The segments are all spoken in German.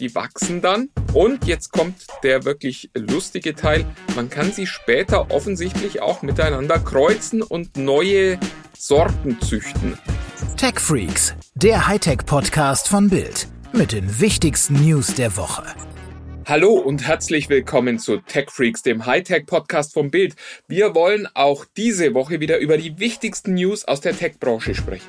die wachsen dann. Und jetzt kommt der wirklich lustige Teil. Man kann sie später offensichtlich auch miteinander kreuzen und neue Sorten züchten. TechFreaks, der Hightech-Podcast von Bild mit den wichtigsten News der Woche. Hallo und herzlich willkommen zu TechFreaks, dem Hightech-Podcast von Bild. Wir wollen auch diese Woche wieder über die wichtigsten News aus der Tech-Branche sprechen.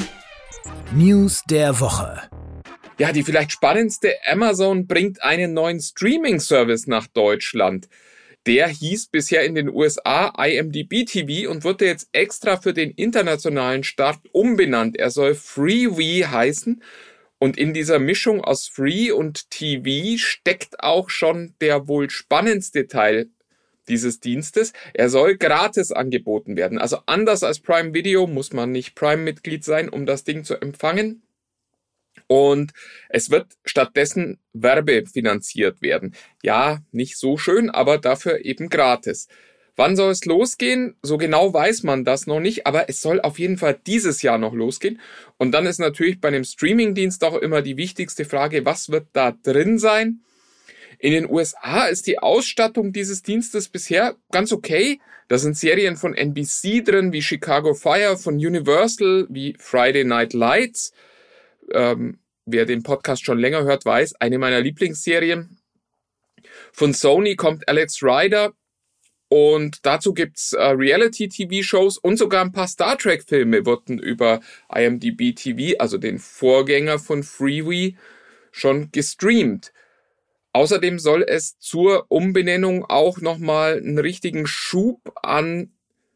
News der Woche. Ja, die vielleicht spannendste: Amazon bringt einen neuen Streaming-Service nach Deutschland. Der hieß bisher in den USA IMDb TV und wurde jetzt extra für den internationalen Start umbenannt. Er soll Freevee heißen. Und in dieser Mischung aus Free und TV steckt auch schon der wohl spannendste Teil dieses Dienstes. Er soll gratis angeboten werden. Also anders als Prime Video muss man nicht Prime-Mitglied sein, um das Ding zu empfangen. Und es wird stattdessen werbefinanziert werden. Ja, nicht so schön, aber dafür eben gratis. Wann soll es losgehen? So genau weiß man das noch nicht, aber es soll auf jeden Fall dieses Jahr noch losgehen. Und dann ist natürlich bei einem Streamingdienst auch immer die wichtigste Frage, was wird da drin sein? In den USA ist die Ausstattung dieses Dienstes bisher ganz okay. Da sind Serien von NBC drin, wie Chicago Fire, von Universal, wie Friday Night Lights. Wer den Podcast schon länger hört, weiß, eine meiner Lieblingsserien. Von Sony kommt Alex Rider. Und dazu gibt's Reality-TV-Shows und sogar ein paar Star Trek-Filme wurden über IMDb TV, also den Vorgänger von Freevee, schon gestreamt. Außerdem soll es zur Umbenennung auch nochmal einen richtigen Schub an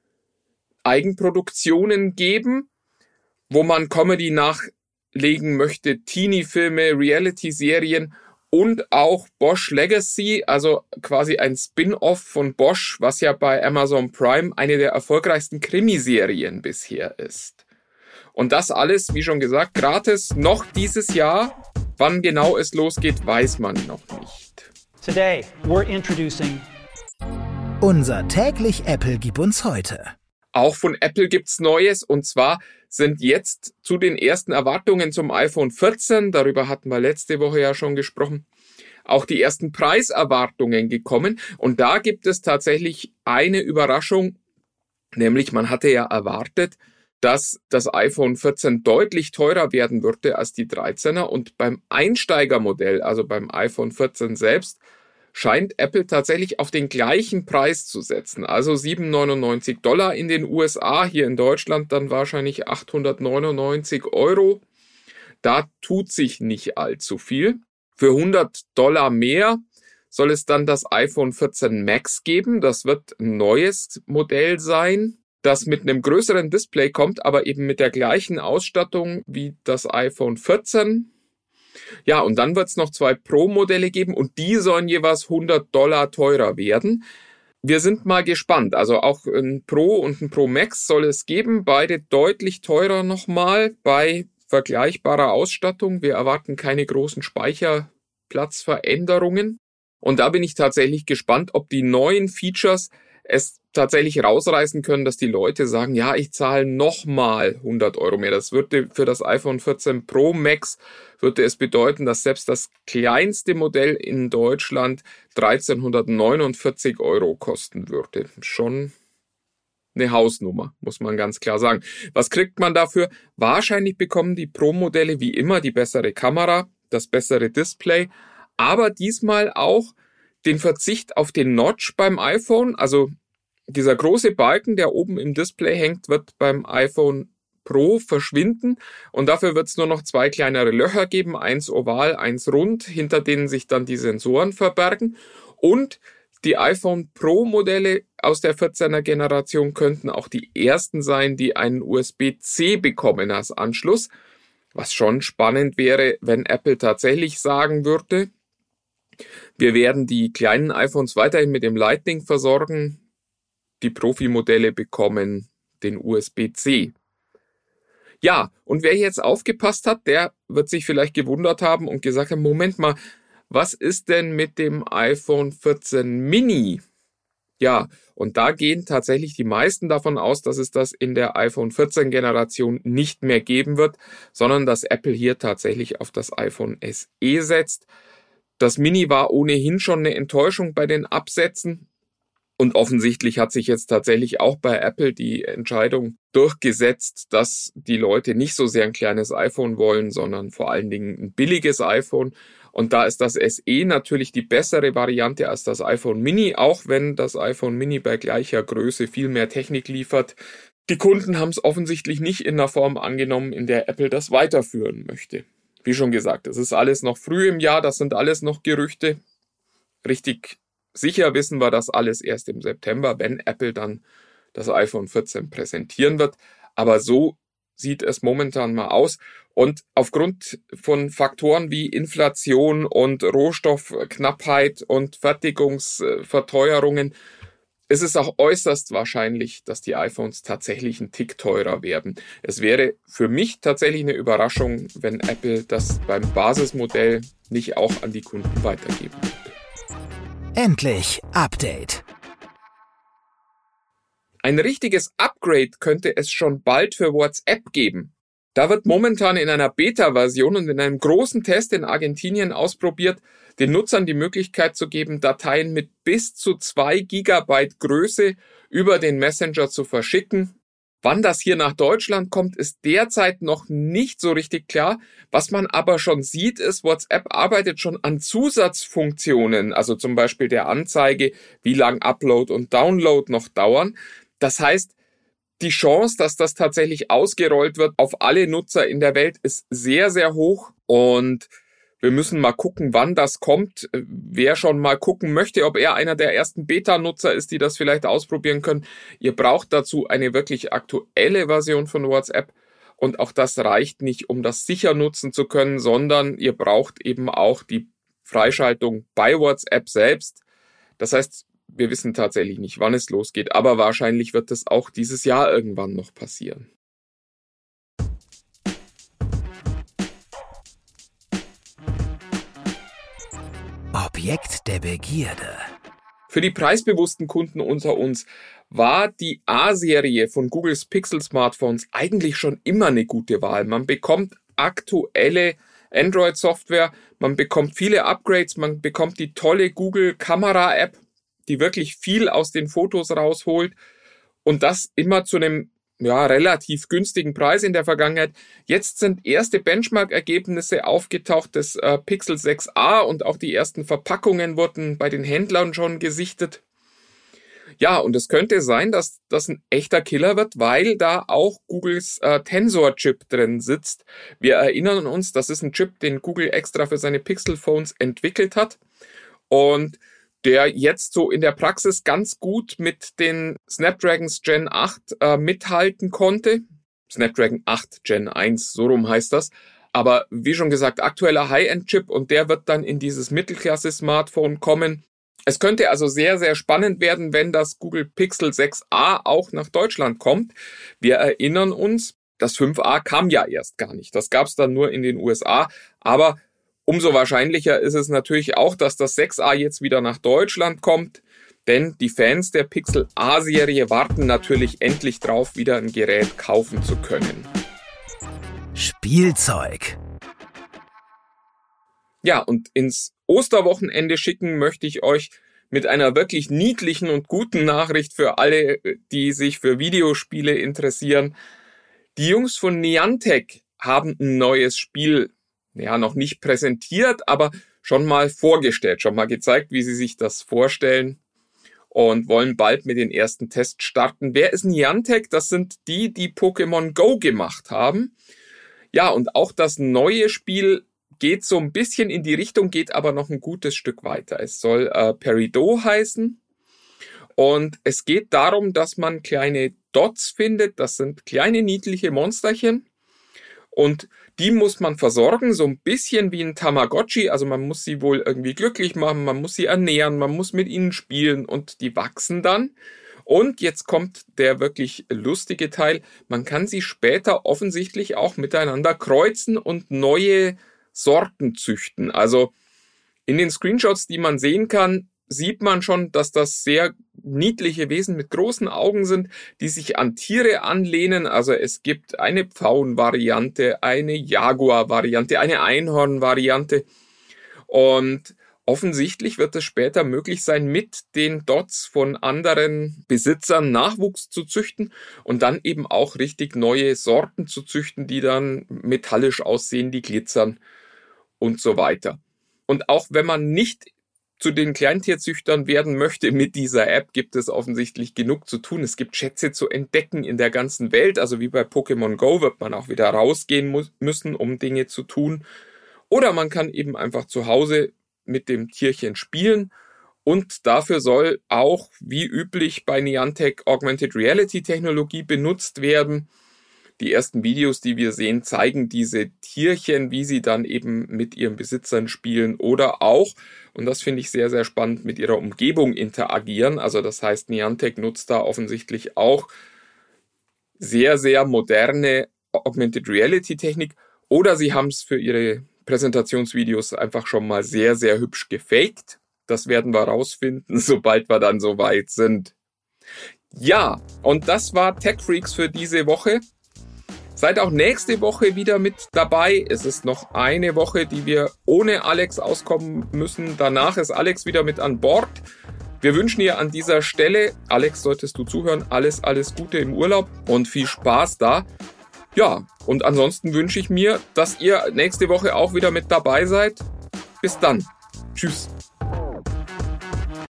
Eigenproduktionen geben, wo man Comedy nachlegen möchte, Teenie-Filme, Reality-Serien und auch Bosch Legacy, also quasi ein Spin-off von Bosch, was ja bei Amazon Prime eine der erfolgreichsten Krimiserien bisher ist. Und das alles, wie schon gesagt, gratis noch dieses Jahr. Wann genau es losgeht, weiß man noch nicht. Today we're introducing Unser täglich Apple gibt uns heute. Auch von Apple gibt's Neues, und zwar sind jetzt zu den ersten Erwartungen zum iPhone 14, darüber hatten wir letzte Woche ja schon gesprochen, auch die ersten Preiserwartungen gekommen. Und da gibt es tatsächlich eine Überraschung, nämlich man hatte ja erwartet, dass das iPhone 14 deutlich teurer werden würde als die 13er, und beim Einsteigermodell, also beim iPhone 14 selbst, scheint Apple tatsächlich auf den gleichen Preis zu setzen, also $799 in den USA, hier in Deutschland dann wahrscheinlich 899 €. Da tut sich nicht allzu viel. Für $100 mehr soll es dann das iPhone 14 Max geben. Das wird ein neues Modell sein, das mit einem größeren Display kommt, aber eben mit der gleichen Ausstattung wie das iPhone 14. Ja, und dann wird es noch 2 Pro-Modelle geben und die sollen jeweils $100 teurer werden. Wir sind mal gespannt. Also auch ein Pro und ein Pro Max soll es geben. Beide deutlich teurer nochmal bei vergleichbarer Ausstattung. Wir erwarten keine großen Speicherplatzveränderungen. Und da bin ich tatsächlich gespannt, ob die neuen Features es tatsächlich rausreißen können, dass die Leute sagen, ja, ich zahle nochmal €100 mehr. Das würde für das iPhone 14 Pro Max würde es bedeuten, dass selbst das kleinste Modell in Deutschland 1.349 € kosten würde. Schon eine Hausnummer, muss man ganz klar sagen. Was kriegt man dafür? Wahrscheinlich bekommen die Pro-Modelle wie immer die bessere Kamera, das bessere Display, aber diesmal auch den Verzicht auf den Notch beim iPhone, also dieser große Balken, der oben im Display hängt, wird beim iPhone Pro verschwinden und dafür wird es nur noch 2 kleinere Löcher geben, eins oval, eins rund, hinter denen sich dann die Sensoren verbergen, und die iPhone Pro Modelle aus der 14er Generation könnten auch die ersten sein, die einen USB-C bekommen als Anschluss, was schon spannend wäre, wenn Apple tatsächlich sagen würde, wir werden die kleinen iPhones weiterhin mit dem Lightning versorgen. Die Profi-Modelle bekommen den USB-C. Ja, und wer jetzt aufgepasst hat, der wird sich vielleicht gewundert haben und gesagt haben, Moment mal, was ist denn mit dem iPhone 14 Mini? Ja, und da gehen tatsächlich die meisten davon aus, dass es das in der iPhone 14 Generation nicht mehr geben wird, sondern dass Apple hier tatsächlich auf das iPhone SE setzt. Das Mini war ohnehin schon eine Enttäuschung bei den Absätzen. Und offensichtlich hat sich jetzt tatsächlich auch bei Apple die Entscheidung durchgesetzt, dass die Leute nicht so sehr ein kleines iPhone wollen, sondern vor allen Dingen ein billiges iPhone. Und da ist das SE natürlich die bessere Variante als das iPhone Mini, auch wenn das iPhone Mini bei gleicher Größe viel mehr Technik liefert. Die Kunden haben es offensichtlich nicht in einer Form angenommen, in der Apple das weiterführen möchte. Wie schon gesagt, es ist alles noch früh im Jahr, das sind alles noch Gerüchte. Richtig sicher wissen wir das alles erst im September, wenn Apple dann das iPhone 14 präsentieren wird. Aber so sieht es momentan mal aus. Und aufgrund von Faktoren wie Inflation und Rohstoffknappheit und Fertigungsverteuerungen ist es auch äußerst wahrscheinlich, dass die iPhones tatsächlich einen Tick teurer werden. Es wäre für mich tatsächlich eine Überraschung, wenn Apple das beim Basismodell nicht auch an die Kunden weitergeben würde. Endlich Update. Ein richtiges Upgrade könnte es schon bald für WhatsApp geben. Da wird momentan in einer Beta-Version und in einem großen Test in Argentinien ausprobiert, den Nutzern die Möglichkeit zu geben, Dateien mit bis zu 2 GB Größe über den Messenger zu verschicken. Wann das hier nach Deutschland kommt, ist derzeit noch nicht so richtig klar. Was man aber schon sieht, ist, WhatsApp arbeitet schon an Zusatzfunktionen, also zum Beispiel der Anzeige, wie lang Upload und Download noch dauern. Das heißt, die Chance, dass das tatsächlich ausgerollt wird auf alle Nutzer in der Welt, ist sehr, sehr hoch. Und wir müssen mal gucken, wann das kommt. Wer schon mal gucken möchte, ob er einer der ersten Beta-Nutzer ist, die das vielleicht ausprobieren können. Ihr braucht dazu eine wirklich aktuelle Version von WhatsApp. Und auch das reicht nicht, um das sicher nutzen zu können, sondern ihr braucht eben auch die Freischaltung bei WhatsApp selbst. Das heißt, wir wissen tatsächlich nicht, wann es losgeht, aber wahrscheinlich wird es auch dieses Jahr irgendwann noch passieren. Objekt der Begierde. Für die preisbewussten Kunden unter uns war die A-Serie von Googles Pixel-Smartphones eigentlich schon immer eine gute Wahl. Man bekommt aktuelle Android-Software, man bekommt viele Upgrades, man bekommt die tolle Google-Kamera-App, die wirklich viel aus den Fotos rausholt und das immer zu einem relativ günstigen Preis in der Vergangenheit. Jetzt sind erste Benchmark-Ergebnisse aufgetaucht des Pixel 6a und auch die ersten Verpackungen wurden bei den Händlern schon gesichtet. Ja, und es könnte sein, dass das ein echter Killer wird, weil da auch Googles Tensor-Chip drin sitzt. Wir erinnern uns, das ist ein Chip, den Google extra für seine Pixel-Phones entwickelt hat und der jetzt so in der Praxis ganz gut mit den Snapdragons Gen 8 mithalten konnte. Snapdragon 8 Gen 1, so rum heißt das. Aber wie schon gesagt, aktueller High-End-Chip und der wird dann in dieses Mittelklasse-Smartphone kommen. Es könnte also sehr, sehr spannend werden, wenn das Google Pixel 6a auch nach Deutschland kommt. Wir erinnern uns, das 5a kam ja erst gar nicht. Das gab es dann nur in den USA, aber umso wahrscheinlicher ist es natürlich auch, dass das 6a jetzt wieder nach Deutschland kommt, denn die Fans der Pixel A-Serie warten natürlich endlich drauf, wieder ein Gerät kaufen zu können. Spielzeug. Ja, und ins Osterwochenende schicken möchte ich euch mit einer wirklich niedlichen und guten Nachricht für alle, die sich für Videospiele interessieren. Die Jungs von Niantic haben ein neues Spiel noch nicht präsentiert, aber schon mal vorgestellt, schon mal gezeigt, wie sie sich das vorstellen und wollen bald mit den ersten Tests starten. Wer ist Niantic? Das sind die Pokémon Go gemacht haben. Ja, und auch das neue Spiel geht so ein bisschen in die Richtung, geht aber noch ein gutes Stück weiter. Es soll Peridot heißen und es geht darum, dass man kleine Dots findet. Das sind kleine niedliche Monsterchen. Und die muss man versorgen, so ein bisschen wie ein Tamagotchi. Also man muss sie wohl irgendwie glücklich machen, man muss sie ernähren, man muss mit ihnen spielen und die wachsen dann. Und jetzt kommt der wirklich lustige Teil. Man kann sie später offensichtlich auch miteinander kreuzen und neue Sorten züchten. Also in den Screenshots, die man sehen kann, sieht man schon, dass das sehr niedliche Wesen mit großen Augen sind, die sich an Tiere anlehnen. Also es gibt eine Pfauenvariante, eine Jaguar-Variante, eine Einhorn-Variante. Und offensichtlich wird es später möglich sein, mit den Dots von anderen Besitzern Nachwuchs zu züchten und dann eben auch richtig neue Sorten zu züchten, die dann metallisch aussehen, die glitzern und so weiter. Und auch wenn man nicht zu den Kleintierzüchtern werden möchte mit dieser App, gibt es offensichtlich genug zu tun. Es gibt Schätze zu entdecken in der ganzen Welt. Also wie bei Pokémon Go wird man auch wieder rausgehen müssen, um Dinge zu tun. Oder man kann eben einfach zu Hause mit dem Tierchen spielen. Und dafür soll auch, wie üblich bei Niantic, Augmented Reality Technologie benutzt werden. Die ersten Videos, die wir sehen, zeigen diese Tierchen, wie sie dann eben mit ihren Besitzern spielen oder auch, und das finde ich sehr, sehr spannend, mit ihrer Umgebung interagieren. Also das heißt, Niantic nutzt da offensichtlich auch sehr, sehr moderne Augmented Reality Technik oder sie haben es für ihre Präsentationsvideos einfach schon mal sehr, sehr hübsch gefaked. Das werden wir rausfinden, sobald wir dann soweit sind. Ja, und das war Tech Freaks für diese Woche. Seid auch nächste Woche wieder mit dabei. Es ist noch eine Woche, die wir ohne Alex auskommen müssen. Danach ist Alex wieder mit an Bord. Wir wünschen ihr an dieser Stelle, Alex, solltest du zuhören, alles Gute im Urlaub und viel Spaß da. Ja, und ansonsten wünsche ich mir, dass ihr nächste Woche auch wieder mit dabei seid. Bis dann. Tschüss.